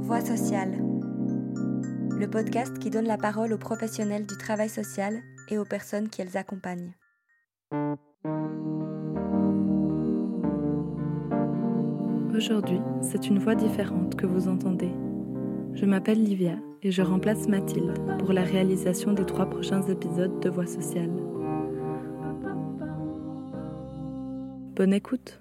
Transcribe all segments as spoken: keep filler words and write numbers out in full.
Voix sociale, le podcast qui donne la parole aux professionnels du travail social et aux personnes qui les accompagnent. Aujourd'hui, c'est une voix différente que vous entendez. Je m'appelle Livia et je remplace Mathilde pour la réalisation des trois prochains épisodes de Voix sociale. Bonne écoute!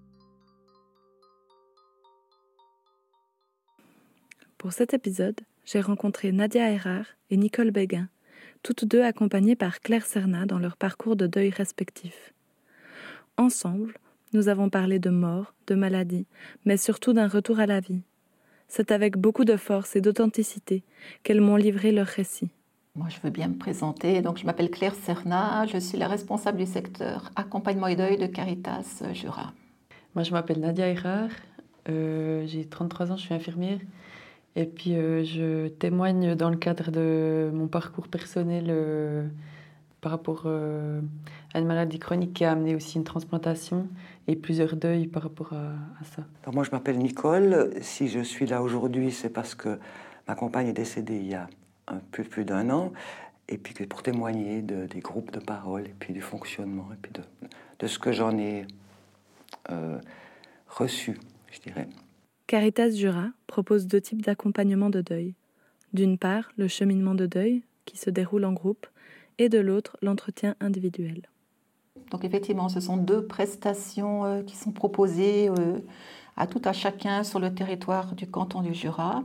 Pour cet épisode, j'ai rencontré Nadia Erard et Nicole Béguin, toutes deux accompagnées par Claire Serna dans leur parcours de deuil respectif. Ensemble, nous avons parlé de mort, de maladie, mais surtout d'un retour à la vie. C'est avec beaucoup de force et d'authenticité qu'elles m'ont livré leur récit. Moi, je veux bien me présenter. Donc, je m'appelle Claire Serna, je suis la responsable du secteur accompagnement et deuil de Caritas Jura. Moi, je m'appelle Nadia Erard, euh, j'ai trente-trois ans, je suis infirmière. Et puis, euh, je témoigne dans le cadre de mon parcours personnel euh, par rapport euh, à une maladie chronique qui a amené aussi une transplantation et plusieurs deuils par rapport à, à ça. Alors moi, je m'appelle Nicole. Si je suis là aujourd'hui, c'est parce que ma compagne est décédée il y a un peu plus d'un an, et puis que pour témoigner de, des groupes de parole, et puis du fonctionnement, et puis de, de ce que j'en ai euh, reçu, je dirais. Caritas Jura propose deux types d'accompagnement de deuil. D'une part, le cheminement de deuil, qui se déroule en groupe, et de l'autre, l'entretien individuel. Donc effectivement, ce sont deux prestations euh, qui sont proposées euh, à tout à chacun sur le territoire du canton du Jura.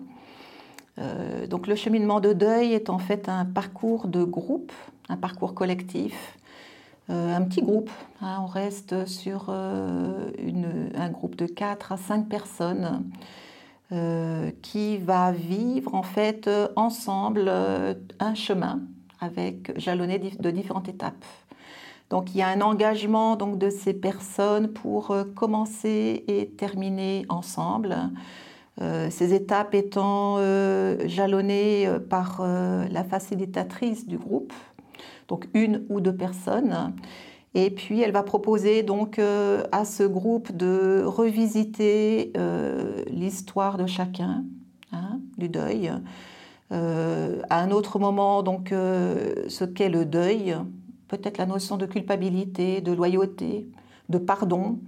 Euh, donc le cheminement de deuil est en fait un parcours de groupe, un parcours collectif, euh, un petit groupe. Hein, on reste sur euh, une, un groupe de quatre à cinq personnes euh, qui va vivre en fait ensemble euh, un chemin avec jalonné de différentes étapes. Donc il y a un engagement donc, de ces personnes pour euh, commencer et terminer ensemble. Euh, ces étapes étant euh, jalonnées euh, par euh, la facilitatrice du groupe, donc une ou deux personnes. Et puis elle va proposer donc euh, à ce groupe de revisiter euh, l'histoire de chacun, hein, du deuil. Euh, à un autre moment, donc, euh, ce qu'est le deuil, peut-être la notion de culpabilité, de loyauté, de pardon,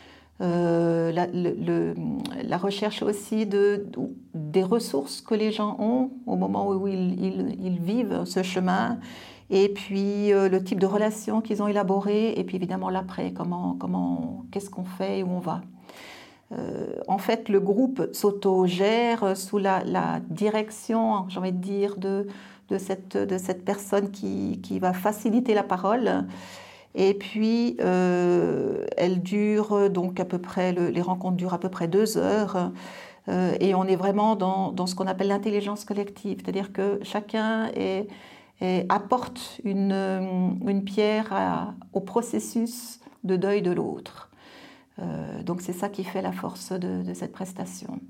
euh, la, le, le, la recherche aussi de, de, des ressources que les gens ont au moment où ils, ils, ils vivent ce chemin, et puis euh, le type de relations qu'ils ont élaborées, et puis évidemment l'après, comment, comment, qu'est-ce qu'on fait et où on va. Euh, en fait, le groupe s'autogère sous la, la direction, j'ai envie de dire, de, de, cette, de cette personne qui, qui va faciliter la parole. Et puis, euh, elle dure donc à peu près, le, les rencontres durent à peu près deux heures. Euh, et on est vraiment dans, dans ce qu'on appelle l'intelligence collective, c'est-à-dire que chacun est, est, apporte une, une pierre à, au processus de deuil de l'autre. Euh, donc c'est ça qui fait la force de, de cette prestation.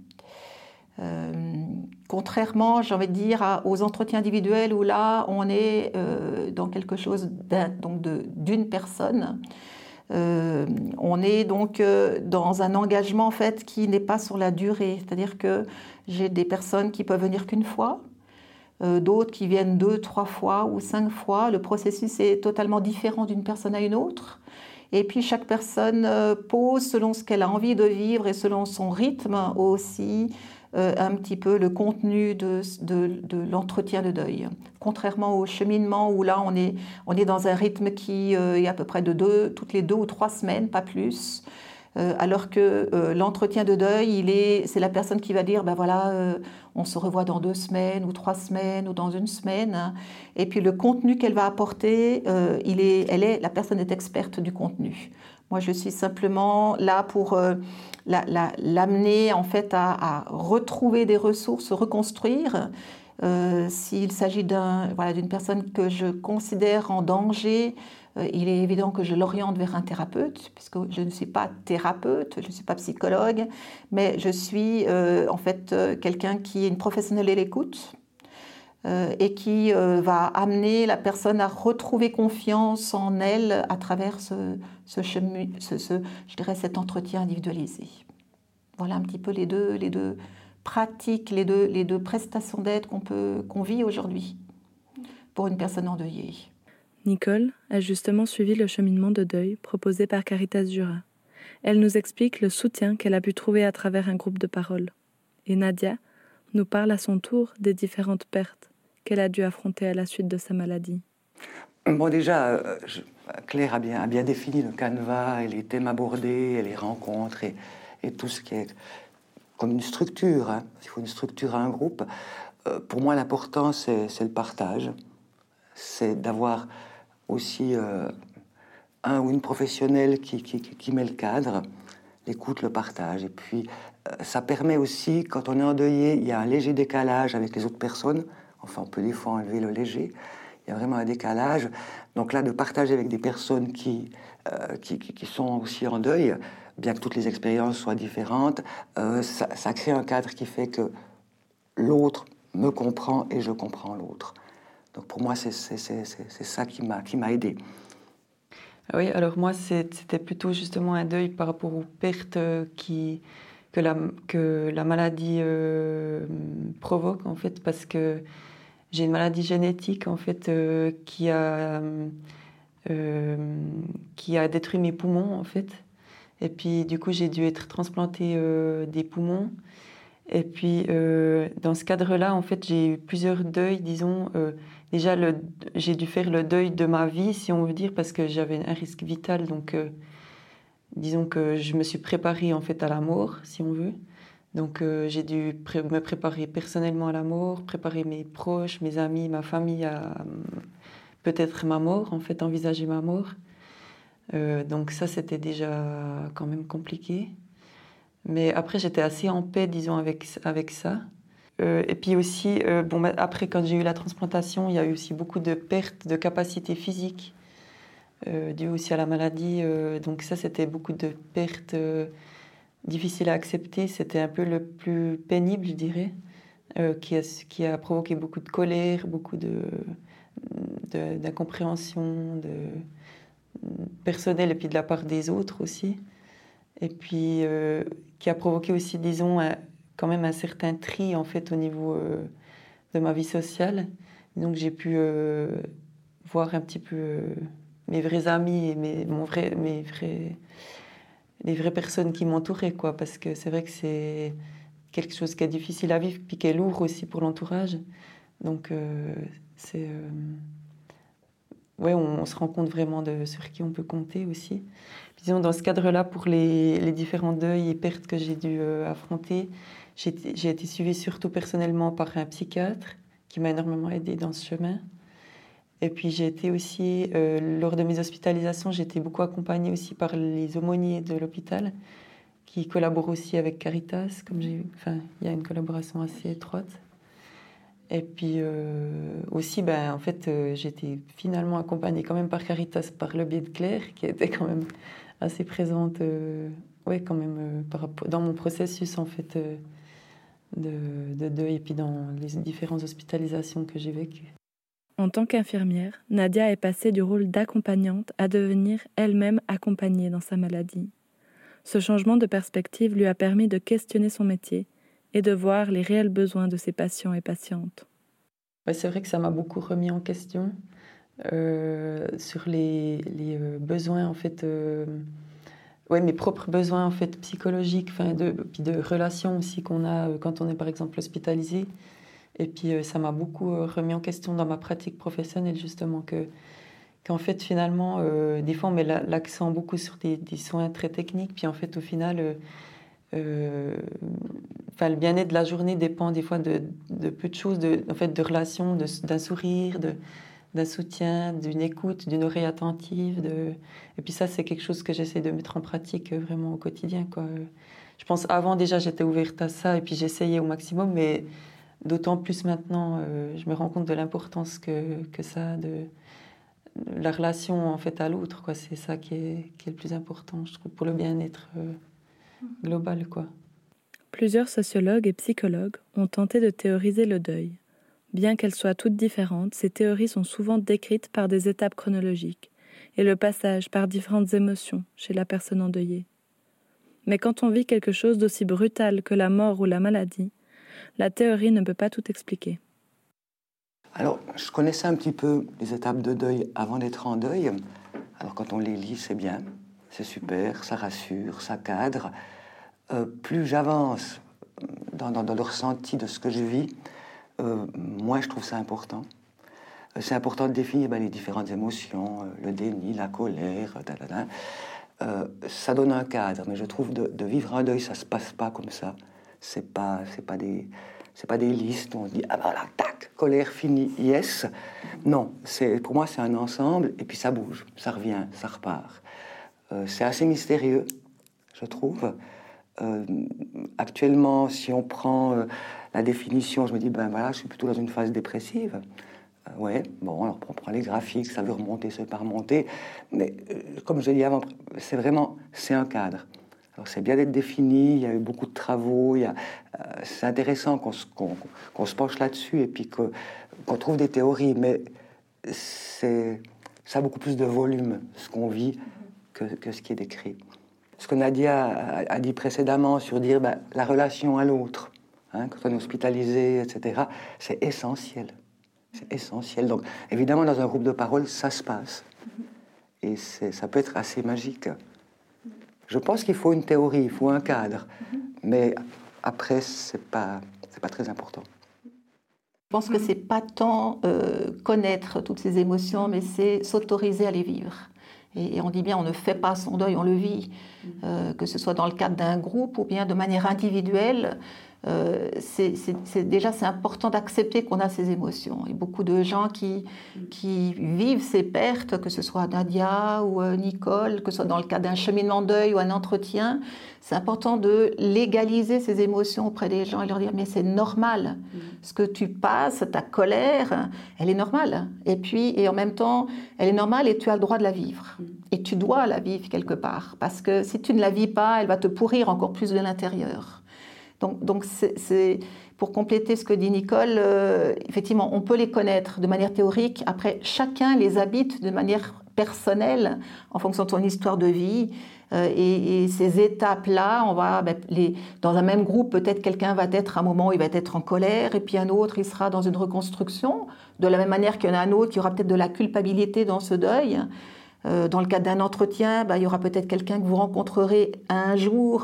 Euh, contrairement, j'ai envie de dire, à, aux entretiens individuels où là on est euh, dans quelque chose d'un, donc de, d'une personne, euh, on est donc euh, dans un engagement en fait qui n'est pas sur la durée, c'est-à-dire que j'ai des personnes qui peuvent venir qu'une fois, euh, d'autres qui viennent deux, trois fois ou cinq fois. Le processus est totalement différent d'une personne à une autre. Et puis chaque personne euh, pose selon ce qu'elle a envie de vivre et selon son rythme aussi euh, un petit peu le contenu de, de, de l'entretien de deuil. Contrairement au cheminement où là on est, on est dans un rythme qui euh, est à peu près de deux, toutes les deux ou trois semaines, pas plus. Euh, alors que euh, l'entretien de deuil, il est, c'est la personne qui va dire, ben voilà, euh, on se revoit dans deux semaines ou trois semaines ou dans une semaine. Hein. Et puis le contenu qu'elle va apporter, euh, il est, elle est, la personne est experte du contenu. Moi, je suis simplement là pour euh, la, la, l'amener en fait à, à retrouver des ressources, se reconstruire. Euh, s'il s'agit d'un, voilà, d'une personne que je considère en danger, euh, il est évident que je l'oriente vers un thérapeute, puisque je ne suis pas thérapeute, je ne suis pas psychologue, mais je suis euh, en fait euh, quelqu'un qui est une professionnelle de l'écoute euh, et qui euh, va amener la personne à retrouver confiance en elle à travers ce, ce, chemu- ce, ce, je dirais cet entretien individualisé. Voilà un petit peu les deux, les deux pratiques, les deux, les deux prestations d'aide qu'on peut, qu'on vit aujourd'hui pour une personne endeuillée. Nicole a justement suivi le cheminement de deuil proposé par Caritas Jura. Elle nous explique le soutien qu'elle a pu trouver à travers un groupe de parole. Et Nadia nous parle à son tour des différentes pertes qu'elle a dû affronter à la suite de sa maladie. Bon, déjà, euh, je, Claire a bien, a bien défini le canevas et les thèmes abordés, et les rencontres et, et tout ce qui est comme une structure. Hein. Il faut une structure à un groupe. Euh, pour moi, l'important, c'est, c'est le partage. C'est d'avoir aussi euh, un ou une professionnelle qui, qui, qui met le cadre, l'écoute, le partage. Et puis, euh, ça permet aussi, quand on est endeuillé, il y a un léger décalage avec les autres personnes. Enfin, on peut des fois enlever le léger. Il y a vraiment un décalage. Donc là, de partager avec des personnes qui, euh, qui, qui, qui sont aussi en deuil, bien que toutes les expériences soient différentes, euh, ça, ça crée un cadre qui fait que l'autre me comprend et je comprends l'autre. Donc pour moi, c'est, c'est, c'est, c'est ça qui m'a, qui m'a aidé. Oui, alors moi, c'est, c'était plutôt justement un deuil par rapport aux pertes qui, que, la, que la maladie euh, provoque, en fait, parce que j'ai une maladie génétique, en fait, euh, qui, a, euh, qui a détruit mes poumons, en fait. Et puis, du coup, j'ai dû être transplantée euh, des poumons. Et puis, euh, dans ce cadre-là, en fait, j'ai eu plusieurs deuils, disons. Euh, déjà, le, j'ai dû faire le deuil de ma vie, si on veut dire, parce que j'avais un risque vital. Donc, euh, disons que je me suis préparée, en fait, à la mort, si on veut. Donc, euh, j'ai dû pré- me préparer personnellement à la mort, préparer mes proches, mes amis, ma famille à euh, peut-être ma mort, en fait, envisager ma mort. Euh, donc, ça, c'était déjà quand même compliqué. Mais après, j'étais assez en paix, disons, avec, avec ça. Euh, et puis aussi, euh, bon, bah, après, quand j'ai eu la transplantation, il y a eu aussi beaucoup de pertes de capacité physique, euh, dues aussi à la maladie. Euh, donc ça, c'était beaucoup de pertes euh, difficiles à accepter. C'était un peu le plus pénible, je dirais, euh, qui, a, qui a provoqué beaucoup de colère, beaucoup de, de, d'incompréhension de, personnelle et puis de la part des autres aussi. Et puis, euh, qui a provoqué aussi, disons, un, quand même un certain tri, en fait, au niveau euh, de ma vie sociale. Donc, j'ai pu euh, voir un petit peu euh, mes vrais amis et mes, mon vrai, mes vrais, les vraies personnes qui m'entouraient, quoi. Parce que c'est vrai que c'est quelque chose qui est difficile à vivre, puis qui est lourd aussi pour l'entourage. Donc, euh, c'est... Euh, ouais, on, on se rend compte vraiment de sur qui on peut compter aussi. Disons, dans ce cadre-là, pour les, les différents deuils et pertes que j'ai dû euh, affronter, j'ai, j'ai été suivie surtout personnellement par un psychiatre qui m'a énormément aidée dans ce chemin. Et puis j'ai été aussi, euh, lors de mes hospitalisations, j'ai été beaucoup accompagnée aussi par les aumôniers de l'hôpital qui collaborent aussi avec Caritas. Comme j'ai, enfin, il y a une collaboration assez étroite. Et puis euh, aussi, ben, en fait, euh, j'ai été finalement accompagnée quand même par Caritas par le biais de Claire, qui était quand même assez présente, euh, ouais, quand même, euh, par rapport, dans mon processus, en fait, euh, de, de deuil, et puis dans les différentes hospitalisations que j'ai vécues. En tant qu'infirmière, Nadia est passée du rôle d'accompagnante à devenir elle-même accompagnée dans sa maladie. Ce changement de perspective lui a permis de questionner son métier et de voir les réels besoins de ses patients et patientes. Ouais, c'est vrai que ça m'a beaucoup remis en question euh, sur les, les euh, besoins, en fait, euh, ouais, mes propres besoins, en fait, psychologiques, enfin, de, puis de relations aussi qu'on a euh, quand on est, par exemple, hospitalisé. Et puis, euh, ça m'a beaucoup euh, remis en question dans ma pratique professionnelle, justement, que, qu'en fait, finalement, euh, des fois, on met la, l'accent beaucoup sur des, des soins très techniques, puis en fait, au final... Euh, Euh, enfin, le bien-être de la journée dépend des fois de, de peu de choses, de, en fait, de relations, de, d'un sourire, de, d'un soutien, d'une écoute, d'une oreille attentive. De... Et puis ça, c'est quelque chose que j'essaie de mettre en pratique vraiment au quotidien, quoi. Je pense avant, déjà, j'étais ouverte à ça et puis j'essayais au maximum, mais d'autant plus maintenant, euh, je me rends compte de l'importance que, que ça a, de, de la relation en fait, à l'autre, quoi. C'est ça qui est, qui est le plus important, je trouve, pour le bien-être euh, global, quoi. Plusieurs sociologues et psychologues ont tenté de théoriser le deuil. Bien qu'elles soient toutes différentes, ces théories sont souvent décrites par des étapes chronologiques et le passage par différentes émotions chez la personne endeuillée. Mais quand on vit quelque chose d'aussi brutal que la mort ou la maladie, La théorie ne peut pas tout expliquer. Alors, je connaissais un petit peu les étapes de deuil avant d'être en deuil. Alors, quand on les lit, c'est bien, c'est super, ça rassure, ça cadre. Euh, plus j'avance dans, dans, dans le ressenti de ce que je vis, euh, moins je trouve ça important. Euh, c'est important de définir ben, les différentes émotions, euh, le déni, la colère, da, da, da. Euh, ça donne un cadre, mais je trouve de, de vivre un deuil, ça se passe pas comme ça. C'est pas, c'est pas des, c'est pas des listes où on se dit ah ben là, tac, colère finie, yes. Non, c'est, pour moi c'est un ensemble et puis ça bouge, ça revient, ça repart. Euh, c'est assez mystérieux, je trouve. Euh, actuellement, si on prend euh, la définition, je me dis ben voilà, je suis plutôt dans une phase dépressive. Euh, ouais, bon, alors on prend les graphiques, ça veut remonter, ça veut pas remonter, mais euh, comme je l'ai dit avant, c'est vraiment, c'est un cadre. Alors c'est bien d'être défini, il y a eu beaucoup de travaux, il y a, euh, c'est intéressant qu'on se, qu'on, qu'on se penche là-dessus et puis que, qu'on trouve des théories, mais c'est, ça a beaucoup plus de volume, ce qu'on vit, que, que ce qui est décrit. Ce que Nadia a, a dit précédemment sur dire ben, la relation à l'autre, hein, quand on est hospitalisé, et cetera, c'est essentiel. C'est essentiel. Donc, évidemment, dans un groupe de parole, ça se passe. Et c'est, ça peut être assez magique. Je pense qu'il faut une théorie, il faut un cadre. Mais après, c'est pas, c'est pas très important. Je pense que c'est pas tant euh, connaître toutes ces émotions, mais c'est s'autoriser à les vivre. Et, et on dit bien, on ne fait pas son deuil, on le vit. Euh, que ce soit dans le cadre d'un groupe ou bien de manière individuelle. Euh, c'est, c'est, c'est, déjà, c'est important d'accepter qu'on a ces émotions. Il y a beaucoup de gens qui, qui vivent ces pertes, que ce soit Nadia ou euh, Nicole, que ce soit dans le cadre d'un cheminement de deuil ou un entretien. C'est important de légaliser ces émotions auprès des gens et leur dire « mais c'est normal, mmh. ce que tu passes, ta colère, elle est normale. Et puis, et en même temps, elle est normale et tu as le droit de la vivre. Mmh. Et tu dois la vivre quelque part. Parce que si tu ne la vis pas, elle va te pourrir encore plus de l'intérieur. » Donc, donc c'est, c'est, pour compléter ce que dit Nicole, euh, effectivement, on peut les connaître de manière théorique. Après, chacun les habite de manière personnelle en fonction de son histoire de vie. Euh, et, et ces étapes-là, on va, ben, les, dans un même groupe, peut-être quelqu'un va être à un moment où il va être en colère, et puis un autre, il sera dans une reconstruction. De la même manière qu'il y en a un autre, il y aura peut-être de la culpabilité dans ce deuil. Euh, dans le cadre d'un entretien, ben, il y aura peut-être quelqu'un que vous rencontrerez un jour.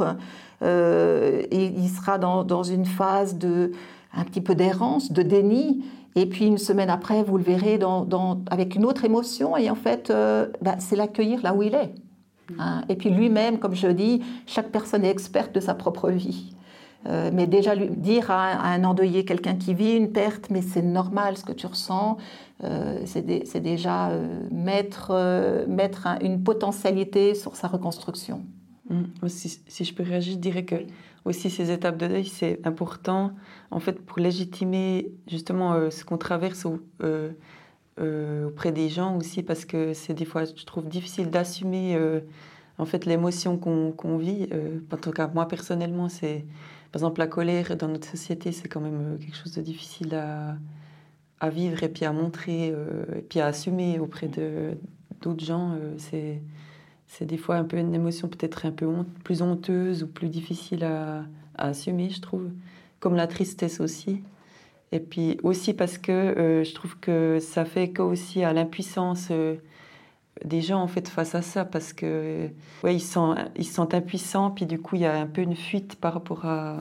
Euh, et il sera dans, dans une phase de un petit peu d'errance, de déni, et puis une semaine après, vous le verrez dans, dans, avec une autre émotion, et en fait, euh, bah, c'est l'accueillir là où il est. Hein. Et puis lui-même, comme je dis, chaque personne est experte de sa propre vie. Euh, mais déjà lui, dire à un, à un endeuillé, quelqu'un qui vit une perte, mais c'est normal ce que tu ressens, euh, c'est, de, c'est déjà euh, mettre, euh, mettre un, une potentialité sur sa reconstruction. Mmh. Si, si je peux réagir, je dirais que aussi ces étapes de deuil, c'est important en fait pour légitimer justement euh, ce qu'on traverse au, euh, euh, auprès des gens aussi, parce que c'est des fois, je trouve, difficile d'assumer euh, en fait l'émotion qu'on, qu'on vit. Euh, en tout cas, moi personnellement, c'est par exemple la colère dans notre société, c'est quand même quelque chose de difficile à, à vivre et puis à montrer euh, et puis à assumer auprès de d'autres gens. Euh, c'est C'est des fois un peu une émotion peut-être un peu honte, plus honteuse ou plus difficile à, à assumer, je trouve. Comme la tristesse aussi. Et puis aussi parce que euh, je trouve que ça fait écho aussi à l'impuissance euh, des gens en fait face à ça. Parce que ouais, ils, sont, ils se sentent impuissants, puis du coup il y a un peu une fuite par rapport à,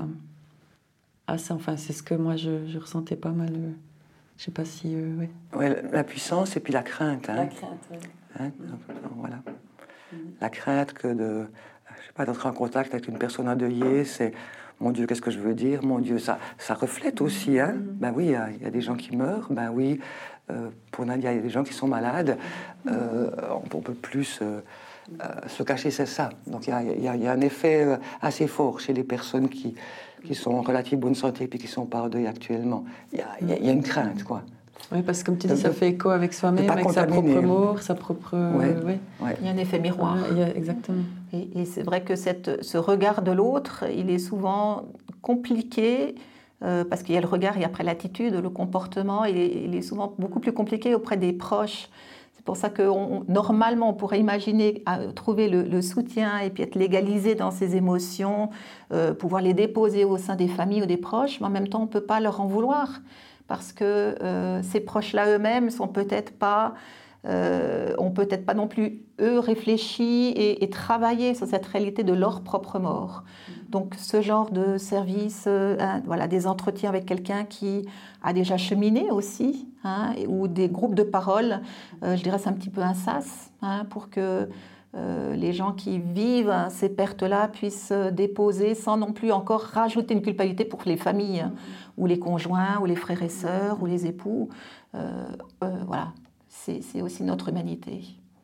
à ça. Enfin, c'est ce que moi je, je ressentais pas mal. Euh, je sais pas si... Euh, ouais. Ouais, la puissance et puis la crainte. Hein. La crainte, oui. Hein, voilà. La crainte que de, je sais pas, d'entrer en contact avec une personne endeuillée, c'est mon Dieu, qu'est-ce que je veux dire, mon Dieu, ça, ça reflète aussi, hein. Mm-hmm. Ben oui, il y, y a des gens qui meurent, ben oui, euh, pour Nadia, il y a des gens qui sont malades, euh, on, on peut plus euh, euh, se cacher, c'est ça. Donc il y a, y, a, y a un effet assez fort chez les personnes qui, qui sont en relative bonne santé et qui sont pas en deuil actuellement. Il y a, y, a, y a une crainte, quoi. Oui, parce que comme tu dis, ça fait écho avec soi-même, avec sa propre mort, sa propre... Ouais, ouais. Ouais. Il y a un effet miroir. Ouais, il y a, exactement. Et, et c'est vrai que cette, ce regard de l'autre, il est souvent compliqué, euh, parce qu'il y a le regard et après l'attitude, le comportement, il est, il est souvent beaucoup plus compliqué auprès des proches. pour ça que on, normalement, on pourrait imaginer à, trouver le, le soutien et puis être légalisé dans ses émotions, euh, pouvoir les déposer au sein des familles ou des proches, mais en même temps, on ne peut pas leur en vouloir parce que euh, ces proches-là eux-mêmes sont peut-être pas, euh, ont peut-être pas non plus, eux, réfléchi et, et travaillé sur cette réalité de leur propre mort. Donc, ce genre de service, euh, hein, voilà, des entretiens avec quelqu'un qui a déjà cheminé aussi, hein, ou des groupes de parole, euh, je dirais c'est un petit peu un sas, hein, pour que euh, les gens qui vivent hein, ces pertes-là puissent déposer sans non plus encore rajouter une culpabilité pour les familles, hein, ou les conjoints, ou les frères et sœurs, ou les époux. Euh, euh, voilà, c'est, c'est aussi notre humanité.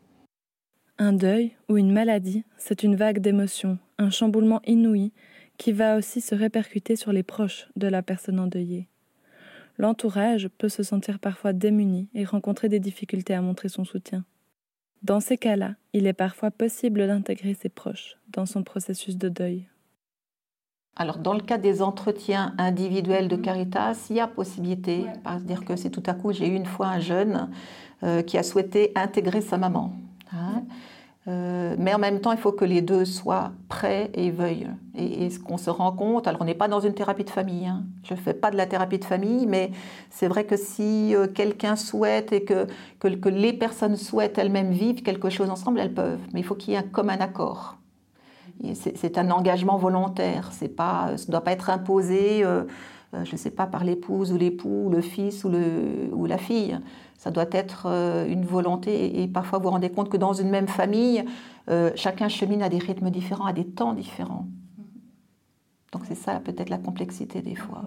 Un deuil ou une maladie, c'est une vague d'émotions, un chamboulement inouï qui va aussi se répercuter sur les proches de la personne endeuillée. L'entourage peut se sentir parfois démuni et rencontrer des difficultés à montrer son soutien. Dans ces cas-là, il est parfois possible d'intégrer ses proches dans son processus de deuil. Alors, dans le cas des entretiens individuels de Caritas, il y a possibilité, c'est-à-dire que c'est tout à coup, j'ai eu une fois un jeune euh, qui a souhaité intégrer sa maman. Hein. Euh, mais en même temps, il faut que les deux soient prêts et veuillent. Et, et ce qu'on se rend compte, alors on n'est pas dans une thérapie de famille, hein. Je ne fais pas de la thérapie de famille, mais c'est vrai que si euh, quelqu'un souhaite et que, que, que les personnes souhaitent elles-mêmes vivre quelque chose ensemble, elles peuvent. Mais il faut qu'il y ait un commun accord. Et c'est, c'est un engagement volontaire, c'est pas, ça ne doit pas être imposé, euh, euh, je ne sais pas, par l'épouse ou l'époux, ou le fils ou, le, ou la fille. Ça doit être euh, une volonté et parfois vous vous rendez compte que dans une même famille, euh, chacun chemine à des rythmes différents, à des temps différents. Donc c'est ça peut-être la complexité des fois.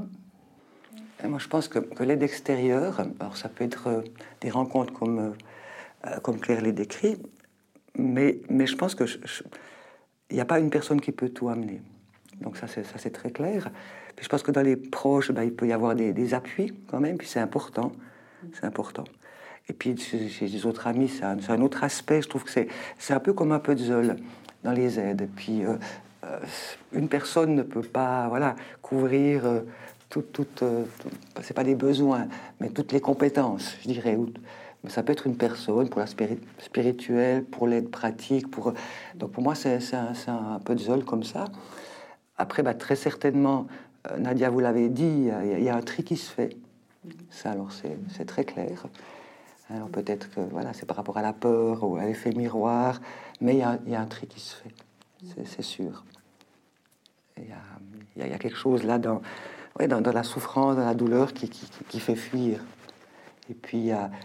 Et moi je pense que, que l'aide extérieure, alors ça peut être euh, des rencontres comme, euh, comme Claire les décrit, mais, mais je pense que je, je, il n'y a pas une personne qui peut tout amener. Donc ça c'est, ça, c'est très clair. Puis je pense que dans les proches, ben, il peut y avoir des, des appuis quand même, puis c'est important. C'est important. Et puis chez, chez les autres amis, c'est un, c'est un autre aspect. Je trouve que c'est, c'est un peu comme un puzzle dans les aides. Et puis euh, euh, une personne ne peut pas voilà, couvrir euh, toutes, toutes, euh, tout, c'est pas des besoins, mais toutes les compétences, je dirais. Mais ça peut être une personne pour la spirituelle, pour l'aide pratique. Pour... Donc pour moi, c'est, c'est, un, c'est un puzzle comme ça. Après, bah, très certainement, euh, Nadia, vous l'avez dit, il y, y a un tri qui se fait. Ça, alors, c'est, c'est très clair. Alors, peut-être que voilà, c'est par rapport à la peur ou à l'effet miroir, mais il y, y a un tri qui se fait, c'est, c'est sûr. Il y, y, y a quelque chose là dans, ouais, dans, dans la souffrance, dans la douleur qui, qui, qui fait fuir. Et puis, il y a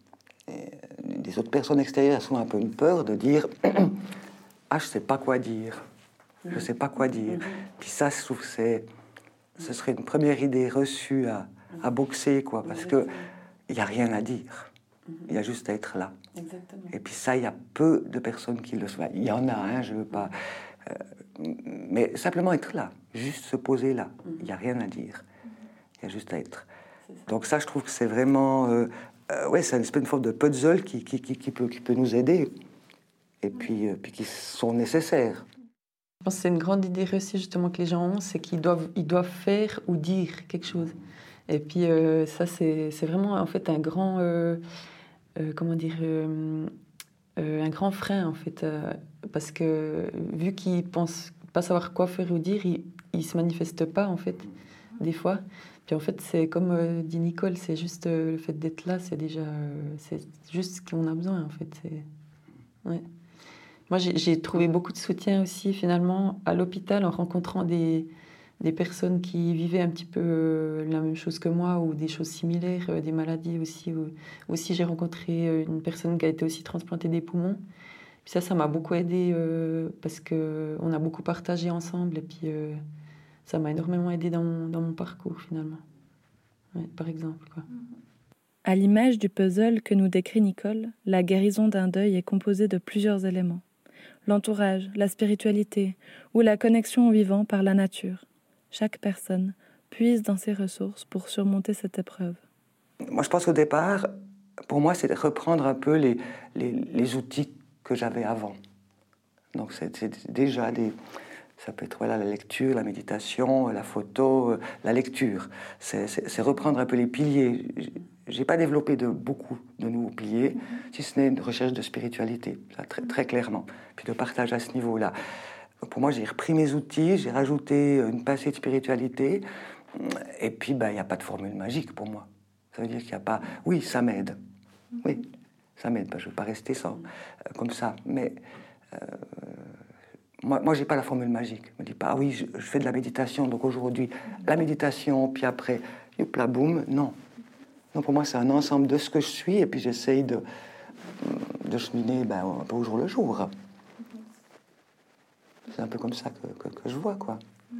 des autres personnes extérieures qui ont un peu une peur de dire « Ah, je ne sais pas quoi dire. Je ne sais pas quoi dire. » Puis ça, je trouve que c'est, ce serait une première idée reçue à à boxer, quoi, parce que il y a rien à dire, il y a juste à être là. Exactement. Et puis ça, il y a peu de personnes qui le savent. Il y en a, hein, je veux pas, euh, mais simplement être là, juste se poser là. Il y a rien à dire, il y a juste à être. Donc ça, je trouve que c'est vraiment, euh, euh, ouais, c'est une espèce de forme de puzzle qui, qui, qui, qui peut, qui peut nous aider, et puis, euh, puis qui sont nécessaires. Je pense que c'est une grande idée reçue justement que les gens ont, c'est qu'ils doivent, ils doivent faire ou dire quelque chose. Et puis euh, ça, c'est, c'est vraiment en fait un grand, euh, euh, comment dire, euh, euh, un grand frein en fait, euh, parce que vu qu'ils pensent pas savoir quoi faire ou dire, ils, ils se manifestent pas en fait, des fois. Puis en fait, c'est comme euh, dit Nicole, c'est juste euh, le fait d'être là, c'est déjà, euh, c'est juste ce qu'on a besoin en fait. C'est... Ouais. Moi, j'ai, j'ai trouvé beaucoup de soutien aussi finalement à l'hôpital en rencontrant des des personnes qui vivaient un petit peu euh, la même chose que moi ou des choses similaires, euh, des maladies aussi. Ou, aussi, j'ai rencontré euh, une personne qui a été aussi transplantée des poumons. Puis ça, ça m'a beaucoup aidée euh, parce qu'on a beaucoup partagé ensemble et puis euh, ça m'a énormément aidée dans mon, dans mon parcours finalement, ouais, par exemple, quoi. À l'image du puzzle que nous décrit Nicole, la guérison d'un deuil est composée de plusieurs éléments. L'entourage, la spiritualité ou la connexion au vivant par la nature. Chaque personne puise dans ses ressources pour surmonter cette épreuve. Moi, je pense qu'au départ, pour moi, c'est de reprendre un peu les, les, les outils que j'avais avant. Donc, c'est, c'est déjà des... Ça peut être voilà, la lecture, la méditation, la photo, la lecture. C'est, c'est, c'est reprendre un peu les piliers. j'ai pas développé de, beaucoup de nouveaux piliers, si ce n'est une recherche de spiritualité, ça, très, très clairement, puis de partage à ce niveau-là. Pour moi, j'ai repris mes outils, j'ai rajouté une pincée de spiritualité, et puis il ben, n'y a pas de formule magique pour moi. Ça veut dire qu'il n'y a pas... Oui, ça m'aide. Oui, ça m'aide. Ben, je ne veux pas rester sans, euh, comme ça. Mais euh, moi, moi je n'ai pas la formule magique. Je ne me dis pas, ah oui, je, je fais de la méditation, donc aujourd'hui, la méditation, puis après, hop là, boum. Non. Non, pour moi, c'est un ensemble de ce que je suis, et puis j'essaye de, de cheminer ben, un peu au jour le jour. C'est un peu comme ça que, que, que je vois, quoi.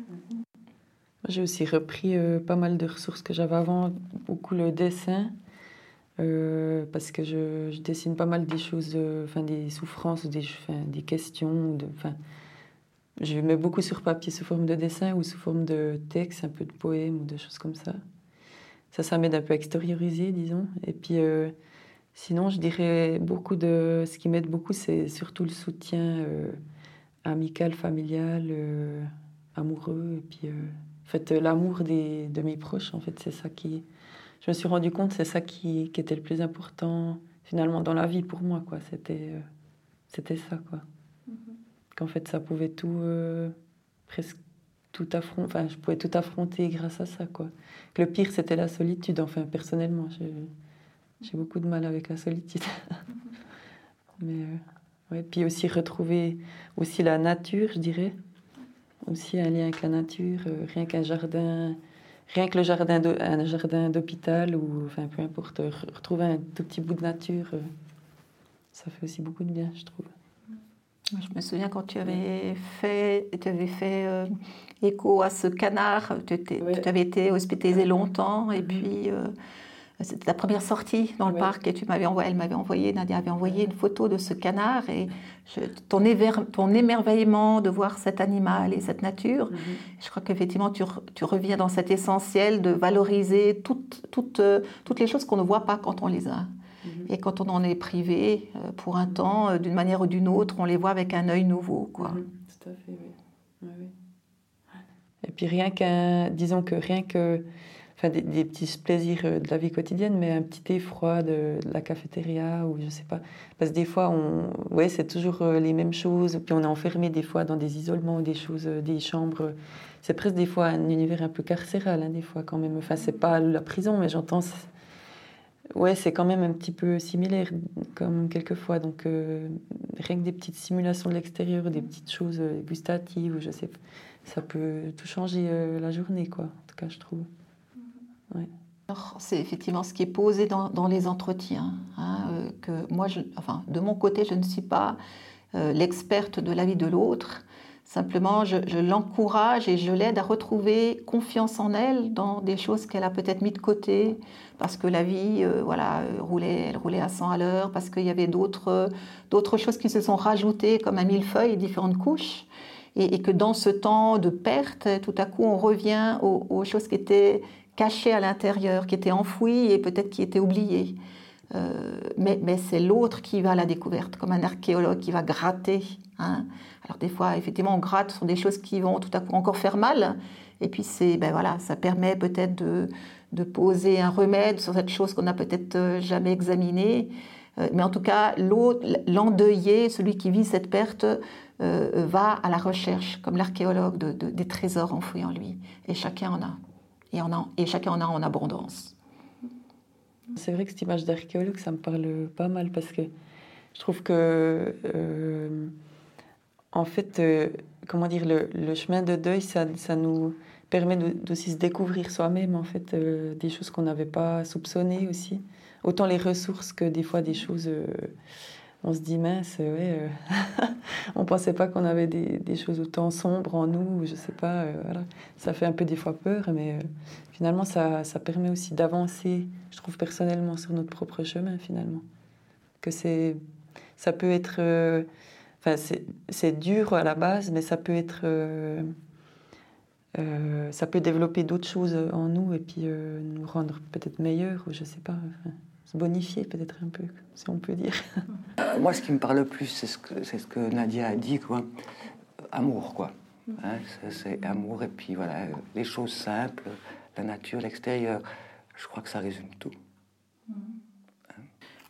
J'ai aussi repris euh, pas mal de ressources que j'avais avant, beaucoup le dessin, euh, parce que je, je dessine pas mal des choses, enfin euh, des souffrances, des, des questions. De, je mets beaucoup sur papier sous forme de dessin ou sous forme de texte, un peu de poème ou de choses comme ça. Ça, ça m'aide un peu à extérioriser, disons. Et puis, euh, sinon, je dirais beaucoup de... Ce qui m'aide beaucoup, c'est surtout le soutien euh, amical, familial, euh, amoureux, et puis... Euh, En fait, l'amour des, de mes proches, en fait, c'est ça qui... Je me suis rendu compte, c'est ça qui, qui était le plus important, finalement, dans la vie pour moi, quoi. C'était, euh, c'était ça, quoi. Mm-hmm. Qu'en fait, ça pouvait tout... Euh, presque tout affronter... Enfin, je pouvais tout affronter grâce à ça, quoi. Que le pire, c'était la solitude. Enfin, personnellement, j'ai, j'ai beaucoup de mal avec la solitude. Mm-hmm. Mais, euh, ouais. Puis aussi retrouver aussi la nature, je dirais. Aussi un lien avec la nature, euh, rien qu'un jardin, rien que le jardin, de, un jardin d'hôpital ou enfin peu importe, retrouver un tout petit bout de nature, euh, ça fait aussi beaucoup de bien, je trouve. Je me souviens quand tu avais fait, tu avais fait euh, écho à ce canard, tu, ouais. tu avais été hospitalisée longtemps et mm-hmm. puis euh, c'était ta première sortie dans le ouais. parc et tu m'avais envoyé, elle m'avait envoyé, Nadia avait envoyé une photo de ce canard et je, ton, éver, ton émerveillement de voir cet animal et cette nature, mm-hmm. je crois qu'effectivement tu, tu reviens dans cet essentiel de valoriser toutes, toutes, toutes les choses qu'on ne voit pas quand on les a. Mm-hmm. Et quand on en est privé pour un temps, d'une manière ou d'une autre, on les voit avec un œil nouveau, quoi. Mm-hmm. Tout à fait, oui. Oui, oui. Et puis rien qu'un, disons que rien que Enfin, des, des petits plaisirs de la vie quotidienne, mais un petit effroi de, de la cafétéria ou je sais pas. Parce que des fois, on, ouais, c'est toujours les mêmes choses. Puis on est enfermé des fois dans des isolements ou des choses, des chambres. C'est presque des fois un univers un peu carcéral, hein, des fois quand même. Enfin, c'est pas la prison, mais j'entends. C'est... Ouais, c'est quand même un petit peu similaire, comme quelquefois. Donc, euh, rien que des petites simulations de l'extérieur, des petites choses gustatives, ou je sais pas, ça peut tout changer euh, la journée, quoi. En tout cas, je trouve. Ouais. Alors, c'est effectivement ce qui est posé dans, dans les entretiens. Hein, euh, que moi, je, enfin, de mon côté, je ne suis pas euh, l'experte de la vie de l'autre. Simplement, je, je l'encourage et je l'aide à retrouver confiance en elle dans des choses qu'elle a peut-être mis de côté parce que la vie, euh, voilà, roulait, elle roulait à cent à l'heure, parce qu'il y avait d'autres, d'autres choses qui se sont rajoutées comme un millefeuille, différentes couches. Et, et que dans ce temps de perte, tout à coup, on revient aux, aux choses qui étaient cachées à l'intérieur, qui étaient enfouies et peut-être qui étaient oubliées. Euh, mais, mais c'est l'autre qui va à la découverte, comme un archéologue qui va gratter. Hein. Alors des fois, effectivement, on gratte sur des choses qui vont tout à coup encore faire mal. Et puis c'est, ben voilà, ça permet peut-être de, de poser un remède sur cette chose qu'on n'a peut-être jamais examinée. Euh, mais en tout cas, l'autre, l'endeuillé, celui qui vit cette perte, euh, va à la recherche, comme l'archéologue, de, de, des trésors enfouis en lui. Et chacun en a. Et, en a, et chacun en a en abondance. C'est vrai que cette image d'archéologue, ça me parle pas mal parce que je trouve que, euh, en fait, euh, comment dire, le, le chemin de deuil, ça, ça nous permet de, d'aussi se découvrir soi-même, en fait, euh, des choses qu'on n'avait pas soupçonnées aussi. Autant les ressources que des fois des choses, euh, on se dit mince, ouais, euh, on pensait pas qu'on avait des, des choses autant sombres en nous, je sais pas, euh, voilà. Ça fait un peu des fois peur, mais euh, finalement ça, ça permet aussi d'avancer, je trouve personnellement, sur notre propre chemin finalement. Que c'est, ça peut être, euh, enfin c'est, c'est dur à la base, mais ça peut être, euh, euh, ça peut développer d'autres choses en nous et puis euh, nous rendre peut-être meilleurs, ou je sais pas. Enfin, se bonifier peut-être un peu, si on peut dire. Moi, ce qui me parle le plus, c'est ce que, c'est ce que Nadia a dit, quoi. Amour, quoi. Hein, c'est, c'est amour, et puis voilà, les choses simples, la nature, l'extérieur. Je crois que ça résume tout.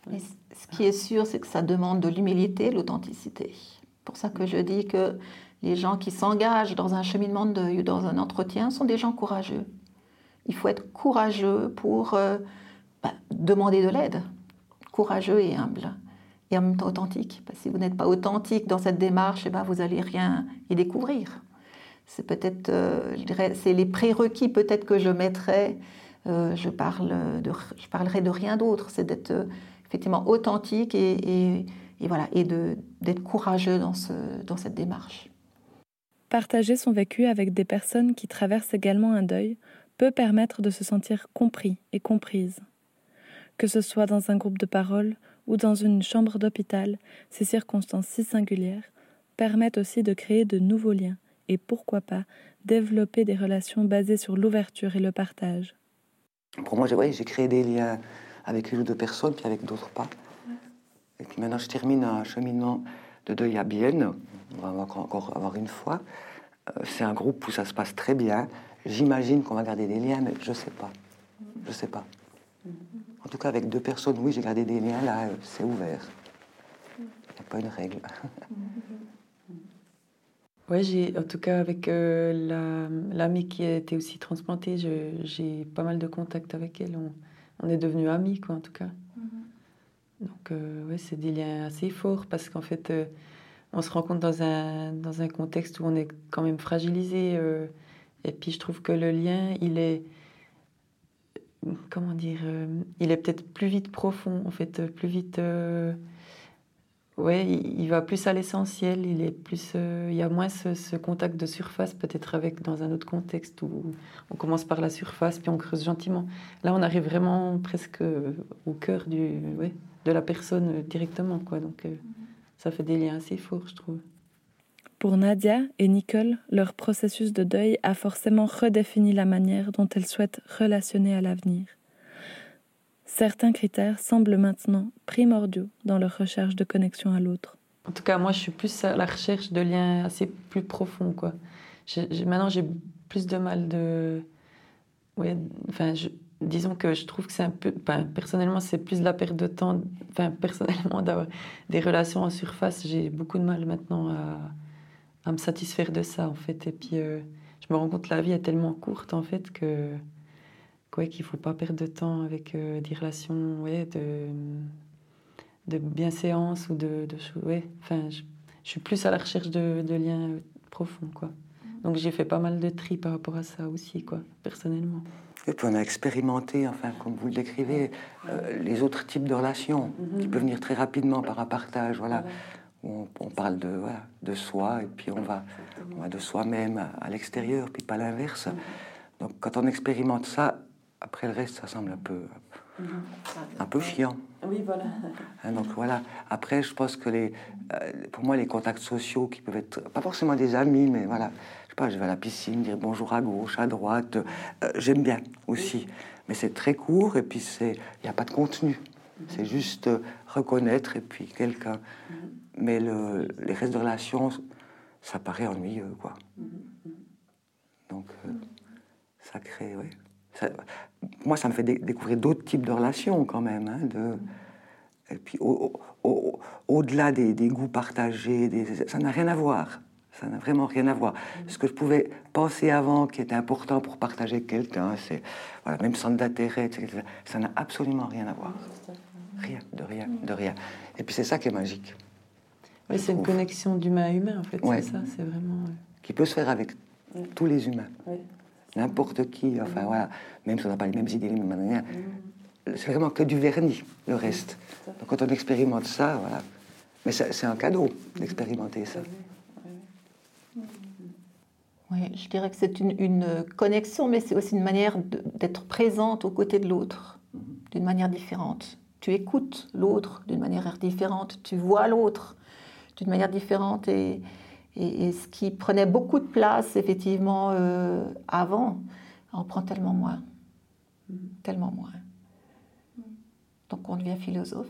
Et ce qui est sûr, c'est que ça demande de l'humilité, de l'authenticité. C'est pour ça que je dis que les gens qui s'engagent dans un cheminement de deuil ou dans un entretien sont des gens courageux. Il faut être courageux pour euh, bah, demander de l'aide, courageux et humble, et en même temps authentique. Parce que si vous n'êtes pas authentique dans cette démarche, eh ben, vous n'allez rien y découvrir. C'est peut-être, euh, je dirais, c'est les prérequis peut-être que je mettrais. Euh, je, parle de, je parlerai de rien d'autre. C'est d'être euh, effectivement authentique et, et, et voilà, et de, d'être courageux dans, ce, dans cette démarche. Partager son vécu avec des personnes qui traversent également un deuil peut permettre de se sentir compris et comprise. Que ce soit dans un groupe de parole ou dans une chambre d'hôpital, ces circonstances si singulières permettent aussi de créer de nouveaux liens et pourquoi pas développer des relations basées sur l'ouverture et le partage. Pour moi, j'ai, ouais, j'ai créé des liens avec une ou deux personnes, puis avec d'autres pas. Et puis maintenant, je termine un cheminement de deuil à Bienne. On va encore avoir une fois. C'est un groupe où ça se passe très bien. J'imagine qu'on va garder des liens, mais je ne sais pas. Je ne sais pas. En tout cas, avec deux personnes, oui, j'ai gardé des liens. Là, c'est ouvert. Il n'y a pas une règle. Oui, j'ai, en tout cas, avec euh, la, l'amie qui a été aussi transplantée, je, j'ai pas mal de contacts avec elle. On, on est devenus amis, quoi, en tout cas. Mm-hmm. Donc, euh, ouais, c'est des liens assez forts parce qu'en fait, euh, on se rencontre dans un, dans un contexte où on est quand même fragilisé. Euh, et puis, je trouve que le lien, il est... Comment dire euh, il est peut-être plus vite profond, en fait, plus vite... Euh, ouais, il, il va plus à l'essentiel, il est plus, euh, il y a moins ce, ce contact de surface, peut-être avec dans un autre contexte où on commence par la surface puis on creuse gentiment. Là, on arrive vraiment presque au cœur du, ouais, de la personne directement, quoi. Donc, euh, ça fait des liens assez forts, je trouve. Pour Nadia et Nicole, leur processus de deuil a forcément redéfini la manière dont elles souhaitent relationner à l'avenir. Certains critères semblent maintenant primordiaux dans leur recherche de connexion à l'autre. En tout cas, moi, je suis plus à la recherche de liens assez plus profonds, quoi. J'ai, j'ai, maintenant, j'ai plus de mal de... Ouais, enfin, je, disons que je trouve que c'est un peu... Enfin, personnellement, c'est plus de la perte de temps. Enfin, personnellement, d'avoir des relations en surface, j'ai beaucoup de mal maintenant à, à me satisfaire de ça, en fait. Et puis, euh, je me rends compte que la vie est tellement courte, en fait, que... Ouais, qu'il ne faut pas perdre de temps avec euh, des relations ouais, de, de bienséance ou de, de choses. Ouais. Enfin, je, je suis plus à la recherche de, de liens profonds, quoi. Donc j'ai fait pas mal de tri par rapport à ça aussi, quoi, personnellement. Et puis on a expérimenté, enfin, comme vous l'écrivez, euh, les autres types de relations mm-hmm. qui peuvent venir très rapidement par un partage, voilà. Où on, on parle de, voilà, de soi et puis on va, on va de soi-même à, à l'extérieur, puis pas l'inverse. Mm-hmm. Donc quand on expérimente ça, après le reste, ça semble un peu, un peu chiant. Oui, voilà. Hein, donc voilà. Après, je pense que les, euh, pour moi, les contacts sociaux qui peuvent être pas forcément des amis, mais voilà, je sais pas, je vais à la piscine, dire bonjour à gauche, à droite, euh, j'aime bien aussi. Mais c'est très court et puis c'est, il n'y a pas de contenu. C'est juste euh, reconnaître et puis quelqu'un. Mais le, les restes de relations, ça paraît ennuyeux, quoi. Donc euh, ça crée, oui. Ça, moi, ça me fait dé- découvrir d'autres types de relations quand même. Hein, de, et puis, au, au, au, au-delà des, des goûts partagés, des, ça n'a rien à voir. Ça n'a vraiment rien à voir. Ce que je pouvais penser avant, qui était important pour partager avec quelqu'un, c'est voilà, même centre d'intérêt, et cetera. Ça n'a absolument rien à voir. Rien, de rien, de rien. Et puis c'est ça qui est magique. Oui, c'est trouve. Une connexion d'humain à humain, en fait. Ouais. C'est ça, c'est vraiment... Ouais. Qui peut se faire avec ouais. tous les humains. Ouais. N'importe qui, enfin mmh. voilà, même si on n'a pas les mêmes idées, les mêmes manières, mmh. c'est vraiment que du vernis, le reste. Mmh. Donc quand on expérimente ça, voilà. Mais c'est, c'est un cadeau d'expérimenter ça. Oui, je dirais que c'est une, une connexion, mais c'est aussi une manière de, d'être présente aux côtés de l'autre, mmh. d'une manière différente. Tu écoutes l'autre d'une manière différente, tu vois l'autre d'une manière différente et... Et, et ce qui prenait beaucoup de place, effectivement, euh, avant, en prend tellement moins. Mmh. Tellement moins. Mmh. Donc on devient philosophe.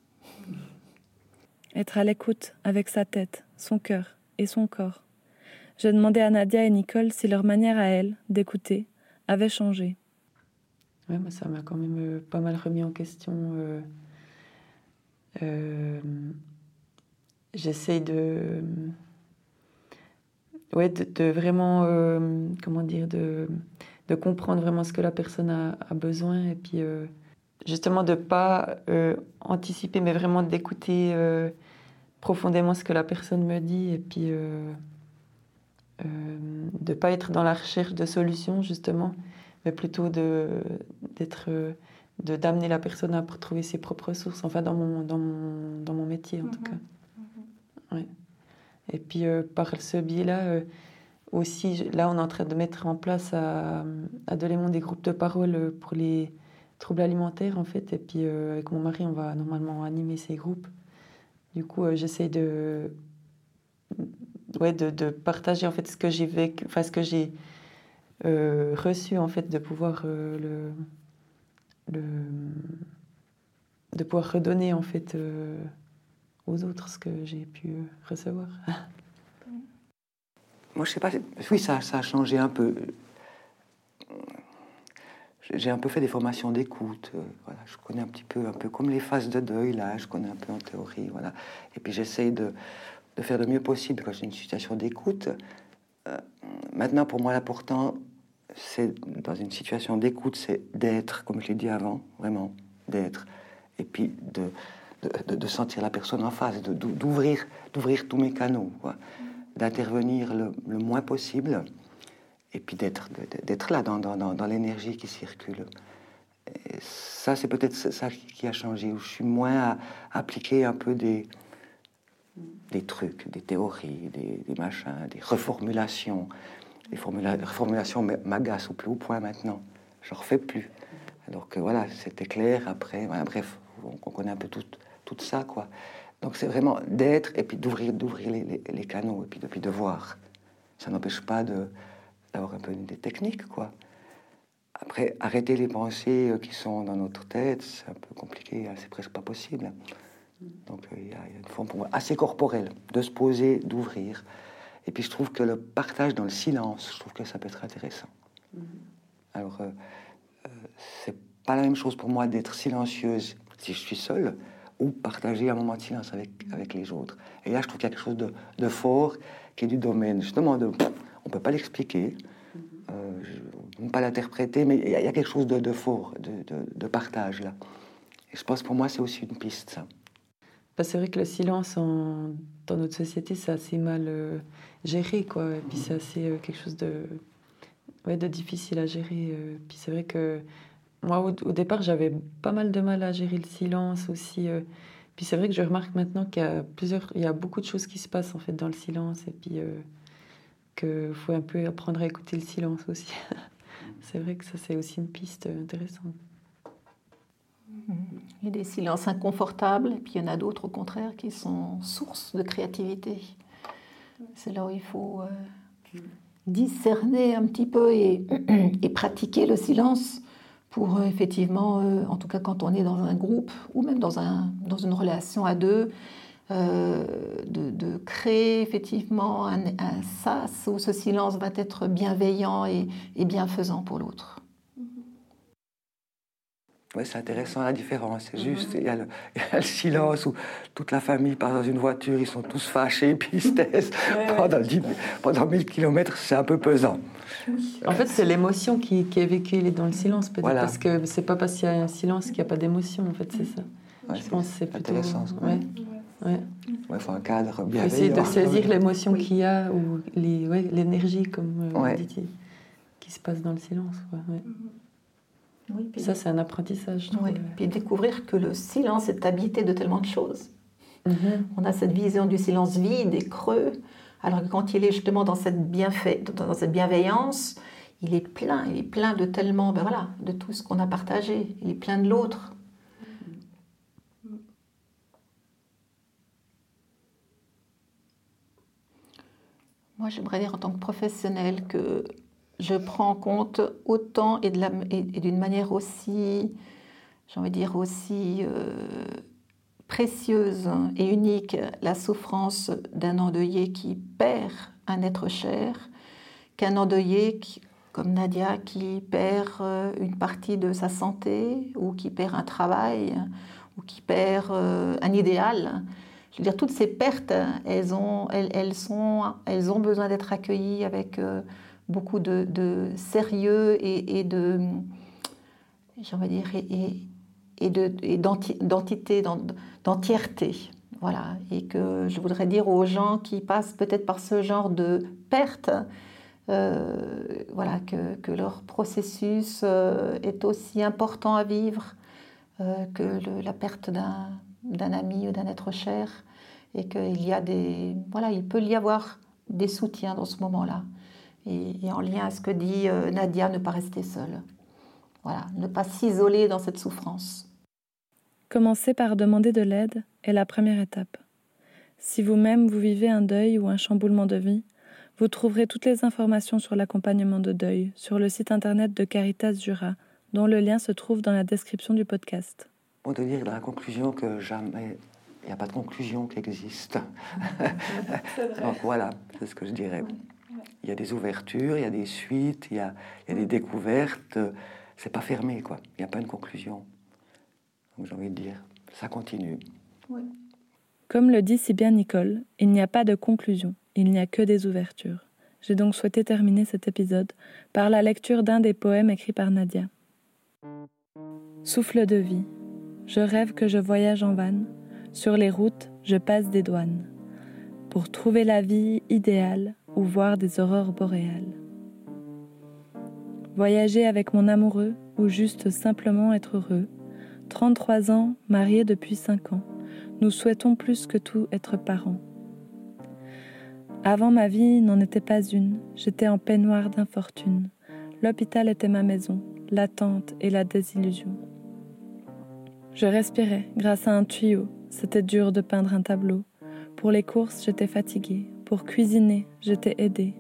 Être à l'écoute avec sa tête, son cœur et son corps. J'ai demandé à Nadia et Nicole si leur manière à elles d'écouter avait changé. Ouais, moi, ça m'a quand même euh, pas mal remis en question... Euh... Euh, j'essaye de, ouais, de, de vraiment, euh, comment dire, de, de comprendre vraiment ce que la personne a, a besoin et puis euh, justement de ne pas euh, anticiper, mais vraiment d'écouter euh, profondément ce que la personne me dit et puis euh, euh, de ne pas être dans la recherche de solutions justement, mais plutôt de, d'être, de, d'amener la personne à trouver ses propres ressources, enfin dans mon, dans mon, dans mon métier en mmh. tout cas. Mmh. Ouais. Et puis euh, par ce biais-là, euh, aussi, là on est en train de mettre en place à, à Delémont des groupes de parole pour les troubles alimentaires en fait, et puis euh, avec mon mari on va normalement animer ces groupes. Du coup euh, j'essaie de, ouais, de, de partager en fait ce que j'ai vécu, enfin ce que j'ai euh, reçu en fait, de pouvoir euh, le, le, de pouvoir redonner en fait euh, aux autres ce que j'ai pu euh, recevoir. Moi je sais pas, oui ça, ça a changé un peu. J'ai un peu fait des formations d'écoute, euh, voilà, je connais un petit peu, un peu comme les phases de deuil, là, je connais un peu en théorie, voilà. Et puis j'essaye de, de faire le mieux possible quand j'ai une situation d'écoute. Euh, maintenant, pour moi, l'important, c'est, dans une situation d'écoute, c'est d'être, comme je l'ai dit avant, vraiment, d'être. Et puis de, de, de sentir la personne en face, de, d'ouvrir, d'ouvrir tous mes canaux, quoi. D'intervenir le, le moins possible. Et puis d'être, d'être là dans, dans, dans l'énergie qui circule. Et ça, c'est peut-être ça qui a changé, où je suis moins à appliquer un peu des, des trucs, des théories, des, des machins, des reformulations. Les formula- reformulations m'agacent au plus haut point maintenant. Je n'en refais plus. Alors que voilà, c'était clair après. Voilà, bref, on, on connaît un peu tout, tout ça, quoi. Donc c'est vraiment d'être et puis d'ouvrir, d'ouvrir les, les, les canaux et puis de, puis de voir. Ça n'empêche pas de... d'avoir un peu des techniques, quoi. Après, arrêter les pensées qui sont dans notre tête, c'est un peu compliqué, c'est presque pas possible. Donc, il y a une forme pour moi assez corporelle de se poser, d'ouvrir. Et puis, je trouve que le partage dans le silence, je trouve que ça peut être intéressant. Alors, euh, euh, c'est pas la même chose pour moi d'être silencieuse si je suis seule ou partager un moment de silence avec, avec les autres. Et là, je trouve qu'il y a quelque chose de, de fort qui est du domaine, justement, de... on ne peut pas l'expliquer, euh, je ne peux pas l'interpréter, mais il y, y a quelque chose de, de fort, de, de, de partage, là. Et je pense, pour moi, c'est aussi une piste, ça. Bah, c'est vrai que le silence, en, dans notre société, c'est assez mal euh, géré, quoi. Et puis c'est assez euh, quelque chose de, ouais, de difficile à gérer. Euh. Puis c'est vrai que moi, au, au départ, j'avais pas mal de mal à gérer le silence aussi. Euh. Puis c'est vrai que je remarque maintenant qu'il y a plusieurs, il y a beaucoup de choses qui se passent, en fait, dans le silence. Et puis... Euh, qu'il faut un peu apprendre à écouter le silence aussi. C'est vrai que ça, c'est aussi une piste intéressante. Il y a des silences inconfortables, et puis il y en a d'autres, au contraire, qui sont source de créativité. C'est là où il faut euh, discerner un petit peu et, et pratiquer le silence pour euh, effectivement, euh, en tout cas quand on est dans un groupe ou même dans, un, dans une relation à deux, Euh, de, de créer effectivement un, un sas où ce silence va être bienveillant et, et bienfaisant pour l'autre. Oui, c'est intéressant la différence, c'est juste, il y, a le, il y a le silence où toute la famille part dans une voiture, ils sont tous fâchés, puis ils se taisent ouais, pendant, ouais. dix, pendant mille kilomètres, c'est un peu pesant. Oui. En fait, c'est l'émotion qui, qui est vécue dans le silence, peut-être, voilà. Parce que c'est pas parce qu'il y a un silence qu'il n'y a pas d'émotion, en fait, c'est ça. Ouais, Je c'est, pense que c'est plutôt... intéressant. Ouais. Ouais. Ouais, il faut un cadre bienveillant. Essayer de saisir l'émotion oui. qu'il y a ou les, ouais, l'énergie, comme euh, ouais. vous dites, qui se passe dans le silence. Ouais. Oui, puis ça, c'est un apprentissage. Oui. Puis découvrir que le silence est habité de tellement de choses. Mm-hmm. On a cette vision du silence vide et creux, alors que quand il est justement dans cette, bienfait, dans cette bienveillance, il est plein, il est plein de tellement, ben voilà, de tout ce qu'on a partagé. Il est plein de l'autre. Moi, j'aimerais dire en tant que professionnelle que je prends en compte autant et, de la, et, et d'une manière aussi, j'ai envie de dire aussi euh, précieuse et unique la souffrance d'un endeuillé qui perd un être cher, qu'un endeuillé qui, comme Nadia qui perd une partie de sa santé ou qui perd un travail ou qui perd euh, un idéal. Je veux dire, toutes ces pertes, elles ont, elles, elles sont, elles ont besoin d'être accueillies avec euh, beaucoup de, de sérieux et, et de, j'aimerais dire, et, et, et de, et d'enti, d'entité, d'entièreté. Voilà. Et que je voudrais dire aux gens qui passent peut-être par ce genre de perte, euh, voilà, que, que leur processus euh, est aussi important à vivre euh, que le, la perte d'un d'un ami ou d'un être cher, et qu'il y a des, voilà, il peut y avoir des soutiens dans ce moment-là. Et, et en lien à ce que dit euh, Nadia, ne pas rester seule. Voilà, ne pas s'isoler dans cette souffrance. Commencer par demander de l'aide est la première étape. Si vous-même vous vivez un deuil ou un chamboulement de vie, vous trouverez toutes les informations sur l'accompagnement de deuil sur le site internet de Caritas Jura, dont le lien se trouve dans la description du podcast. On peut dire dans la conclusion que jamais, il n'y a pas de conclusion qui existe. Donc voilà, c'est ce que je dirais. Il y a des ouvertures, il y a des suites, il y a, il y a des découvertes. C'est pas fermé, quoi. Il n'y a pas une conclusion. Donc j'ai envie de dire, ça continue. Oui. Comme le dit si bien Nicole, il n'y a pas de conclusion, il n'y a que des ouvertures. J'ai donc souhaité terminer cet épisode par la lecture d'un des poèmes écrits par Nadia. Souffle de vie. Je rêve que je voyage en vanne, sur les routes, je passe des douanes, pour trouver la vie idéale ou voir des aurores boréales. Voyager avec mon amoureux ou juste simplement être heureux. trente-trois ans, mariés depuis cinq ans, nous souhaitons plus que tout être parents. Avant ma vie n'en était pas une, j'étais en peignoir d'infortune. L'hôpital était ma maison, l'attente et la désillusion. Je respirais grâce à un tuyau, c'était dur de peindre un tableau. Pour les courses, j'étais fatiguée. Pour cuisiner, j'étais aidée.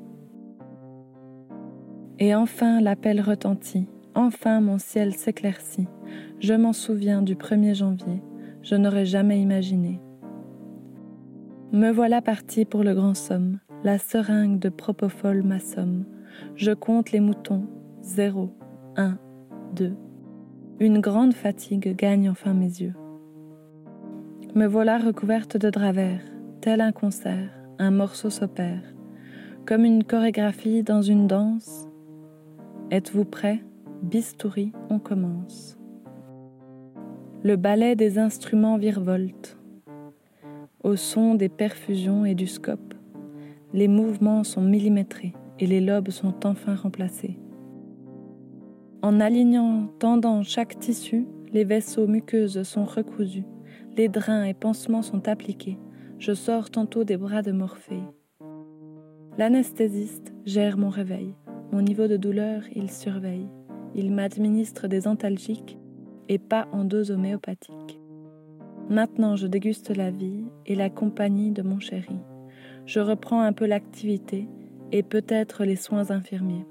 Et enfin, l'appel retentit. Enfin, mon ciel s'éclaircit. Je m'en souviens du premier janvier. Je n'aurais jamais imaginé. Me voilà partie pour le grand somme. La seringue de propofol m'assomme. Je compte les moutons. Zéro, un, deux. Une grande fatigue gagne enfin mes yeux. Me voilà recouverte de drap vert, tel un concert, un morceau s'opère, comme une chorégraphie dans une danse. Êtes-vous prêts? Bistouri, on commence. Le ballet des instruments virevolte. Au son des perfusions et du scope, les mouvements sont millimétrés et les lobes sont enfin remplacés. En alignant, tendant chaque tissu, les vaisseaux muqueuses sont recousus, les drains et pansements sont appliqués. Je sors tantôt des bras de Morphée. L'anesthésiste gère mon réveil. Mon niveau de douleur, il surveille. Il m'administre des antalgiques et pas en dose homéopathique. Maintenant, je déguste la vie et la compagnie de mon chéri. Je reprends un peu l'activité et peut-être les soins infirmiers.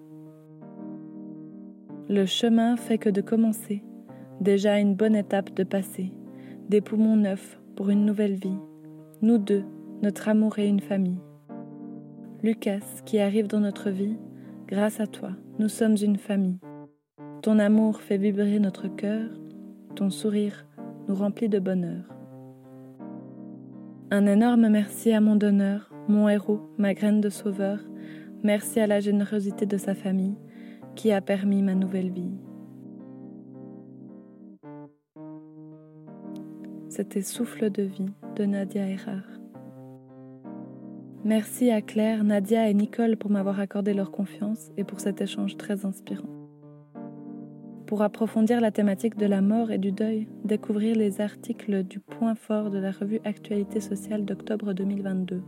Le chemin fait que de commencer, déjà une bonne étape de passer, des poumons neufs pour une nouvelle vie, nous deux, notre amour et une famille. Lucas, qui arrive dans notre vie, grâce à toi, nous sommes une famille. Ton amour fait vibrer notre cœur, ton sourire nous remplit de bonheur. Un énorme merci à mon donneur, mon héros, ma graine de sauveur, merci à la générosité de sa famille, qui a permis ma nouvelle vie. C'était Souffle de vie de Nadia Errard. Merci à Claire, Nadia et Nicole pour m'avoir accordé leur confiance et pour cet échange très inspirant. Pour approfondir la thématique de la mort et du deuil, découvrir les articles du Point fort de la revue Actualité sociale d'octobre deux mille vingt-deux.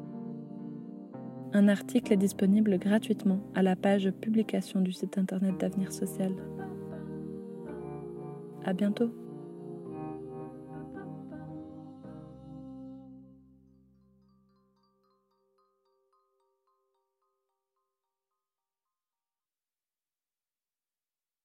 Un article est disponible gratuitement à la page publication du site internet d'Avenir Social. À bientôt.